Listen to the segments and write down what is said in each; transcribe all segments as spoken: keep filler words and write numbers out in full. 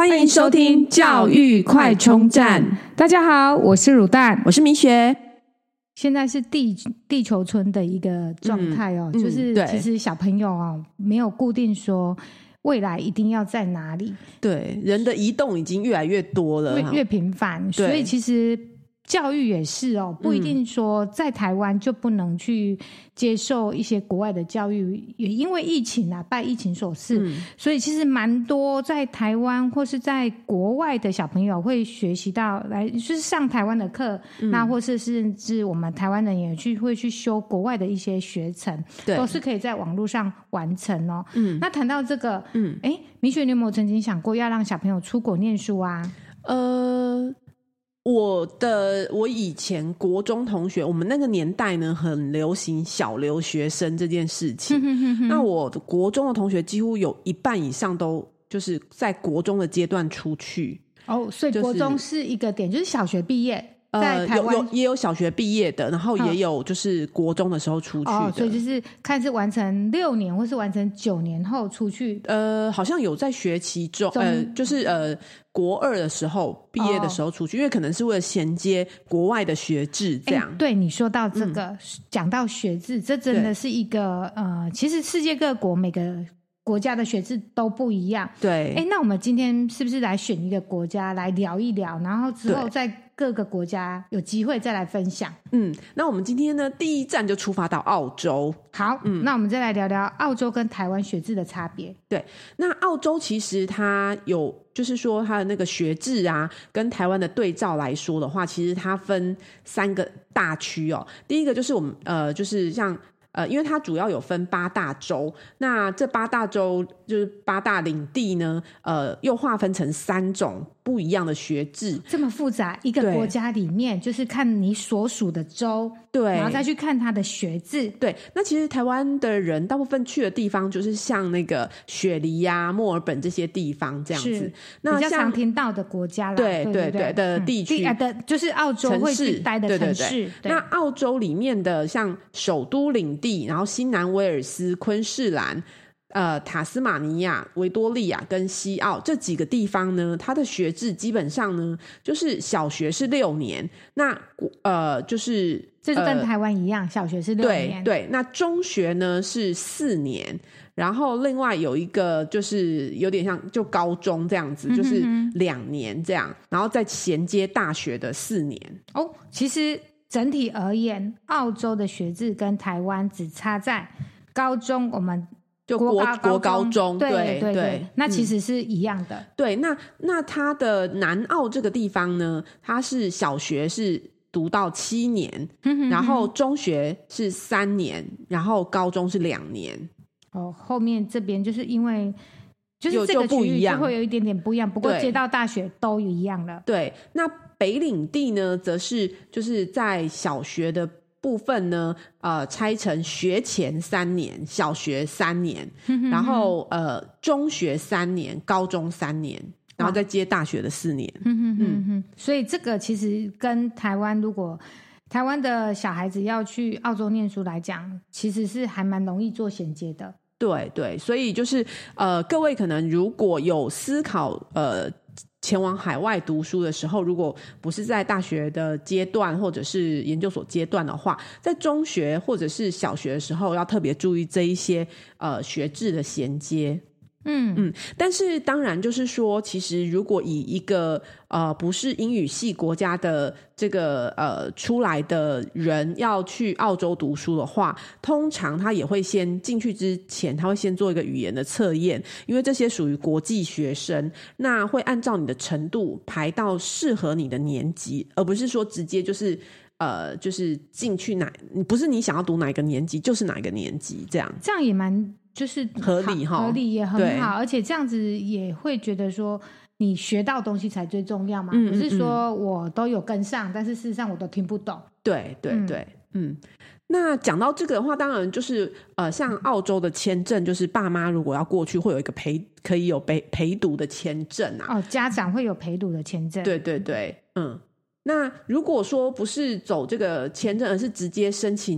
欢迎收听教育快充站。 大家好，我是乳蛋， 我是米雪。 现在是地地球村的一个状态哦，嗯、就是其实小朋友哦没有固定说未来一定要在哪里， 对，人的移动已经越来越多了， 越越频繁，所以其实教育也是哦，不一定说在台湾就不能去接受一些国外的教育，也因为疫情啊，拜疫情所赐、嗯，所以其实蛮多在台湾或是在国外的小朋友会学习到来，就是上台湾的课、嗯，那或是甚至我们台湾人也去会去修国外的一些学程，都是可以在网络上完成哦。嗯，那谈到这个，嗯，哎，米雪，你有没有曾经想过要让小朋友出国念书啊？ 呃。我的我以前国中同学，我们那个年代呢很流行小留学生这件事情。嗯、哼哼那我的国中的同学几乎有一半以上都就是在国中的阶段出去。 哦，所以国中是一个点，就是小学毕业。在台湾、 呃、有有也有小学毕业的，然后也有就是国中的时候出去的、哦、 所以就是看是完成六年或是完成九年后出去。 呃，好像有在学期中，呃，就是呃国二的时候毕业的时候出去、哦，因为可能是为了衔接国外的学制这样。 对，你说到这个，讲、嗯、到学制，这真的是一个呃，其实世界各国每个国家的学制都不一样。 对， 哎，那我们今天是不是来选一个国家来聊一聊，然后之后再各个国家有机会再来分享。 嗯，那我们今天呢，第一站就出发到澳洲。 好，嗯，那我们再来聊聊澳洲跟台湾学制的差别。 对，那澳洲其实它有，就是说它的那个学制啊，跟台湾的对照来说的话，其实它分三个大区哦。第一个就是我们呃，就是像。呃，因为它主要有分八大洲，那这八大洲就是八大领地呢，呃，又划分成三种不一样的学制。 这么复杂，一个国家里面就是看你所属的州，对，然后再去看它的学制。 对，那其实台湾的人大部分去的地方就是像那个雪梨啊、墨尔本这些地方这样子， 那比较常听到的国家啦， 对对 对, 对的地区、 嗯、的，就是澳洲会去待的城市。对对对对， 那澳洲里面的像首都领地，然后新南威尔斯、昆士兰、呃塔斯马尼亚、维多利亚跟西澳这几个地方呢，它的学制基本上呢，就是小学是六年，那呃就是这就跟台湾一样，呃、小学是六年， 对对。那中学呢是四年，然后另外有一个就是有点像就高中这样子，嗯、就是两年这样，然后再衔接大学的四年。 哦，其实。整体而言，澳洲的学制跟台湾只差在高中，我们就国国高 中, 国高中对对对, 对, 对，那其实是一样的。 嗯、对，那那它的南澳这个地方呢，它是小学是读到七年，嗯、然后中学是三年，然后高中是两年。 哦，后面这边就是因为。就是这个区域就会有一点点不一样，不过接到大学都一样了。 对，那北领地呢，则是就是在小学的部分呢，呃，拆成学前三年，小学三年，然后呃，中学三年，高中三年，然后再接大学的四年。 嗯嗯嗯，所以这个其实跟台湾如果台湾的小孩子要去澳洲念书来讲，其实是还蛮容易做衔接的。 对对，所以就是呃，各位可能如果有思考呃前往海外读书的时候，如果不是在大学的阶段或者是研究所阶段的话，在中学或者是小学的时候，要特别注意这一些呃学制的衔接。嗯嗯，但是当然就是说，其实如果以一个呃不是英语系国家的这个呃出来的人要去澳洲读书的话，通常他也会先进去之前，他会先做一个语言的测验，因为这些属于国际学生，那会按照你的程度排到适合你的年级，而不是说直接就是呃就是进去哪，不是你想要读哪一个年级就是哪一个年级这样， 这样也蛮。就是合理哈， 合理也很好，而且这样子也会觉得说你学到东西才最重要嘛，嗯、不是说我都有跟上，但是事实上我都听不懂。 对对对，嗯。嗯那讲到这个的话，当然就是呃，像澳洲的签证，就是爸妈如果要过去，会有一个陪可以有陪陪读的签证啊。 哦，家长会有陪读的签证。 对对对，嗯。那如果说不是走这个签证，而是直接申请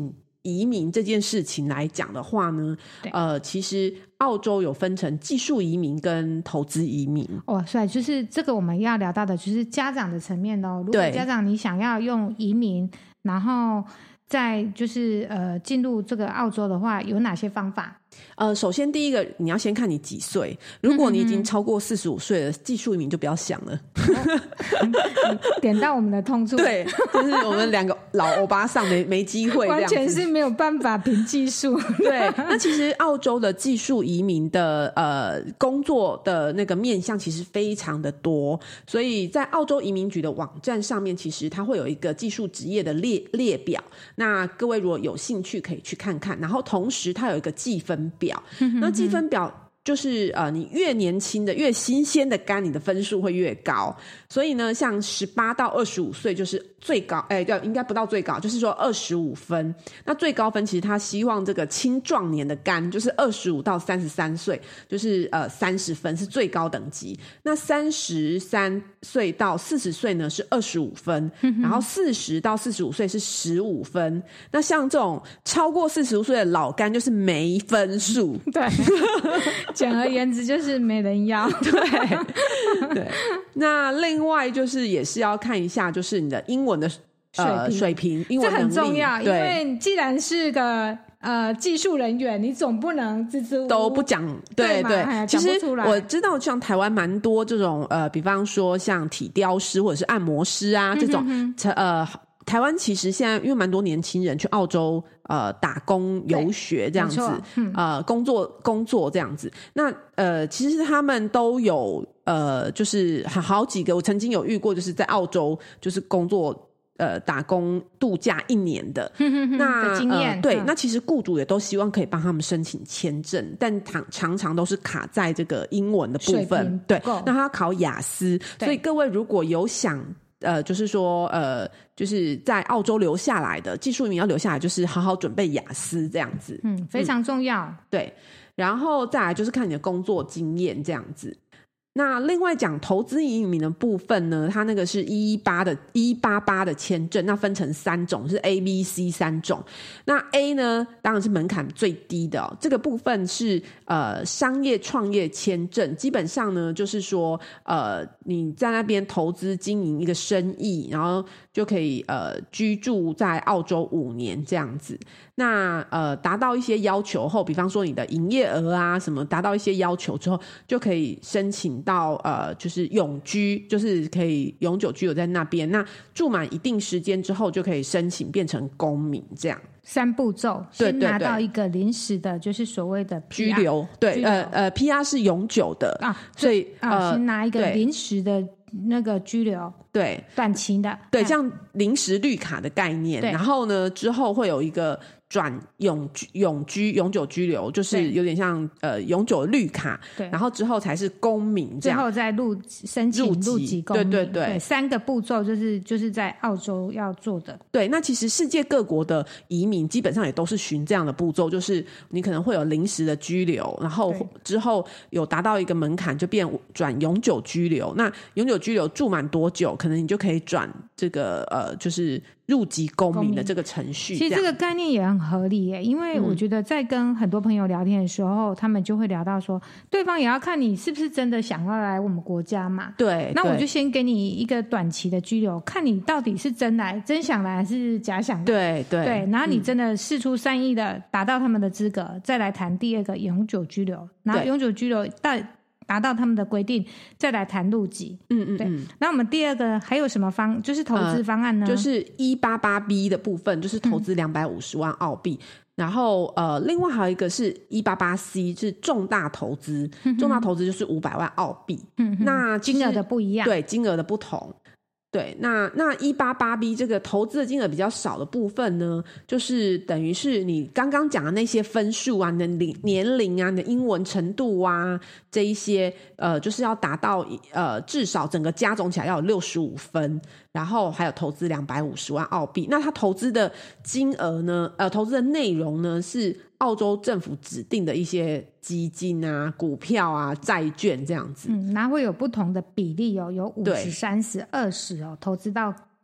移民这件事情来讲的话呢，呃，其实澳洲有分成技术移民跟投资移民。 哦，所以就是这个我们要聊到的就是家长的层面咯。如果家长你想要用移民，然后再就是呃进入这个澳洲的话，有哪些方法？ 呃，首先第一个你要先看你几岁，如果你已经超过四十五岁了，技术移民就不要想了。 点到我们的痛处。 对，就是我们两个老欧巴桑没没机会， 完全是没有办法凭技术。 对，那其实澳洲的技术移民的呃工作的那个面向其实非常的多，所以在澳洲移民局的网站上面，其实它会有一个技术职业的列列表。那各位如果有兴趣可以去看看，然后同时它有一个计分表，那计分表就是呃，你越年轻的越新鲜的肝，你的分数会越高。所以呢，像十八到二十五岁就是最高，哎、欸，应该不到最高，就是说二十五分。那最高分其实他希望这个青壮年的肝，就是二十五到三十三岁，就是呃三十分是最高等级。那三十三岁到四十岁呢是二十五分，然后四十到四十五岁是十五分。那像这种超过四十五岁的老肝就是没分数。 对。简而言之就是没人要。 对对，那另外就是也是要看一下就是你的英文的呃水平，英文能力这很重要。因为既然是个呃技术人员，你总不能支支吾吾都不讲。对 对, 对，其实我知道像台湾蛮多这种呃，比方说像体雕师或者是按摩师啊这种、嗯、呃。台湾其实现在因为蛮多年轻人去澳洲呃打工游学这样子、嗯、呃工作工作这样子，那呃其实他们都有呃就是好几个我曾经有遇过，就是在澳洲就是工作呃打工度假一年的，那的经验、 呃、对、嗯，那其实雇主也都希望可以帮他们申请签证，但常常常都是卡在这个英文的部分，对，那他要考雅思，所以各位如果有想呃，就是说，呃，就是在澳洲留下来的技术移民要留下来，就是好好准备雅思这样子， 嗯，非常重要、嗯。 对，然后再来就是看你的工作经验这样子。那另外讲投资移民的部分呢，它那个是一一八的一八八的签证，那分成三种，是 A、B、C 三种。那 A 呢，当然是门槛最低的、哦，这个部分是呃商业创业签证，基本上呢就是说呃你在那边投资经营一个生意，然后就可以呃居住在澳洲五年这样子。那呃达到一些要求后，比方说你的营业额啊什么达到一些要求之后，就可以申请到呃就是永居，就是可以永久居留在那边。那住满一定时间之后，就可以申请变成公民这样。 三步骤，先拿到一个临时的，就是所谓的 P R, 居留，对，呃呃 ，P R 是永久的啊，所以啊、呃，先拿一个临时的那个居留， 对， 短期的， 对，像临时绿卡的概念，然后呢，之后会有一个转永居、永居、永久居留，就是有点像呃永久绿卡，对，然后之后才是公民这样， 最后再入申请入籍公民， 对对 对, 对，三个步骤就是就是在澳洲要做的。 对，那其实世界各国的移民基本上也都是循这样的步骤，就是你可能会有临时的居留，然后之后有达到一个门槛就变转永久居留。那永久居留住满多久，可能你就可以转这个呃就是入籍公民的这个程序。 其实这个概念也很合理耶，因为我觉得在跟很多朋友聊天的时候、嗯、他们就会聊到说对方也要看你是不是真的想要来我们国家嘛。 对， 那我就先给你一个短期的居留，看你到底是真来真想来还是假想来。 对对对，然后你真的释出善意的达到他们的资格、嗯、再来谈第二个永久居留，然后永久居留到达到他们的规定再来谈入籍。嗯嗯，对。那我们第二个还有什么方就是投资方案呢、 呃、就是一八八 B 的部分，就是投资两百五十万澳币、嗯、然后呃，另外还有一个是一八八 C 是重大投资、嗯、重大投资就是五百万澳币、嗯、那金额的不一样。 对，金额的不同。对，那那一八八 B 这个投资的金额比较少的部分呢，就是等于是你刚刚讲的那些分数啊，你的年龄啊，你的英文程度啊，这一些呃，就是要达到呃至少整个加总起来要有六十五分，然后还有投资两百五十万澳币。那他投资的金额呢，呃，投资的内容呢是澳洲政府指定的一些基金啊、股票啊、债券这样子。 嗯，那会有不同的比例哦，有五十、三十、二十哦，投资到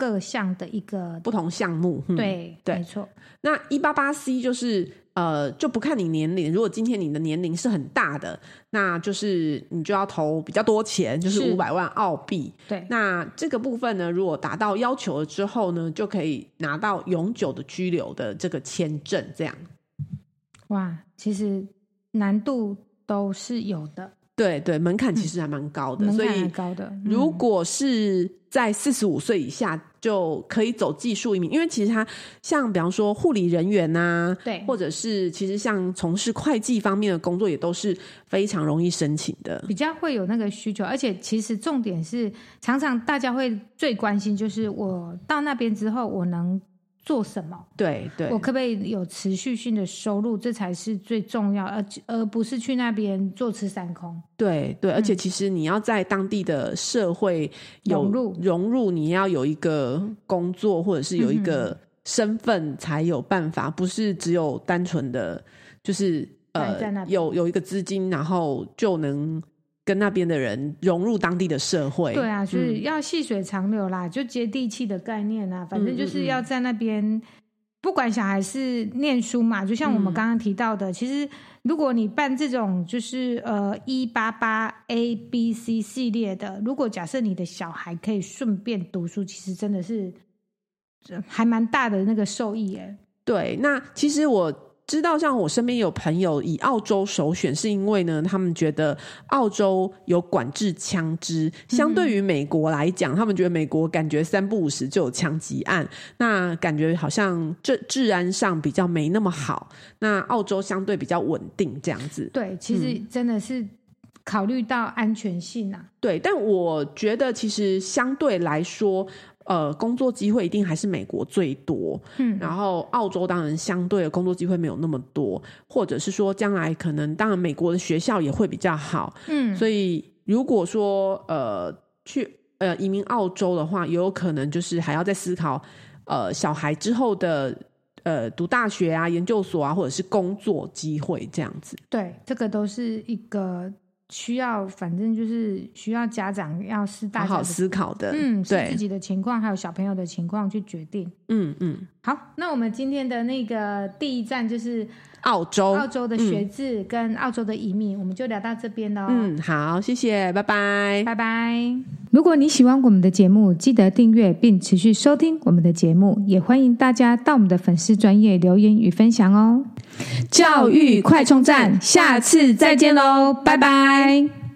各项的一个不同项目。嗯、 对对，没错。 那一八八 C 就是呃，就不看你年龄，如果今天你的年龄是很大的，那就是你就要投比较多钱，就是五百万澳币。 对， 那这个部分呢，如果达到要求了之后呢，就可以拿到永久的居留的这个签证。这样， 哇，其实难度都是有的。 对对，门槛其实还蛮高的， 嗯、 所以门槛还高的。嗯、 如果是在四十五岁以下就可以走技术移民，因为其实他像比方说护理人员啊， 对， 或者是其实像从事会计方面的工作也都是非常容易申请的， 比较会有那个需求。而且其实重点是常常大家会最关心就是我到那边之后我能做什么？ 对对， 我可不可以有持续性的收入？这才是最重要，而而不是去那边坐吃山空。 对对，而且其实你要在当地的社会有融入， 融入，你要有一个工作或者是有一个身份才有办法，嗯、不是只有单纯的就是呃有有一个资金，然后就能跟那边的人融入当地的社会。 对啊，所以要细水长流啦，嗯、就接地气的概念啊，反正就是要在那边，嗯嗯嗯不管小孩是念书嘛，就像我们刚刚提到的，嗯、其实如果你办这种就是呃一八八 A B C 系列的，如果假设你的小孩可以顺便读书，其实真的是还蛮大的那个受益耶。 对，那其实我知道像我身边有朋友以澳洲首选，是因为呢他们觉得澳洲有管制枪支，相对于美国来讲，嗯、他们觉得美国感觉三不五时就有枪击案，那感觉好像这治安上比较没那么好，那澳洲相对比较稳定这样子。 对，其实真的是考虑到安全性啊。嗯、 对，但我觉得其实相对来说呃，工作机会一定还是美国最多，嗯，然后澳洲当然相对的工作机会没有那么多，或者是说将来可能当然美国的学校也会比较好，嗯，所以如果说呃去呃移民澳洲的话，也有可能就是还要再思考呃小孩之后的呃读大学啊、研究所啊，或者是工作机会这样子。 对，这个都是一个需要，反正就是需要家长要是大家好好思考的， 嗯，是自己的情况还有小朋友的情况去决定。嗯嗯，好，那我们今天的那个第一站就是澳洲， 澳洲的学制跟澳洲的移民，嗯、我们就聊到这边咯。 嗯，好，谢谢，拜拜， 拜拜。如果你喜欢我们的节目，记得订阅并持续收听我们的节目，也欢迎大家到我们的粉丝专页留言与分享哦。教育快充站，下次再见喽，拜拜。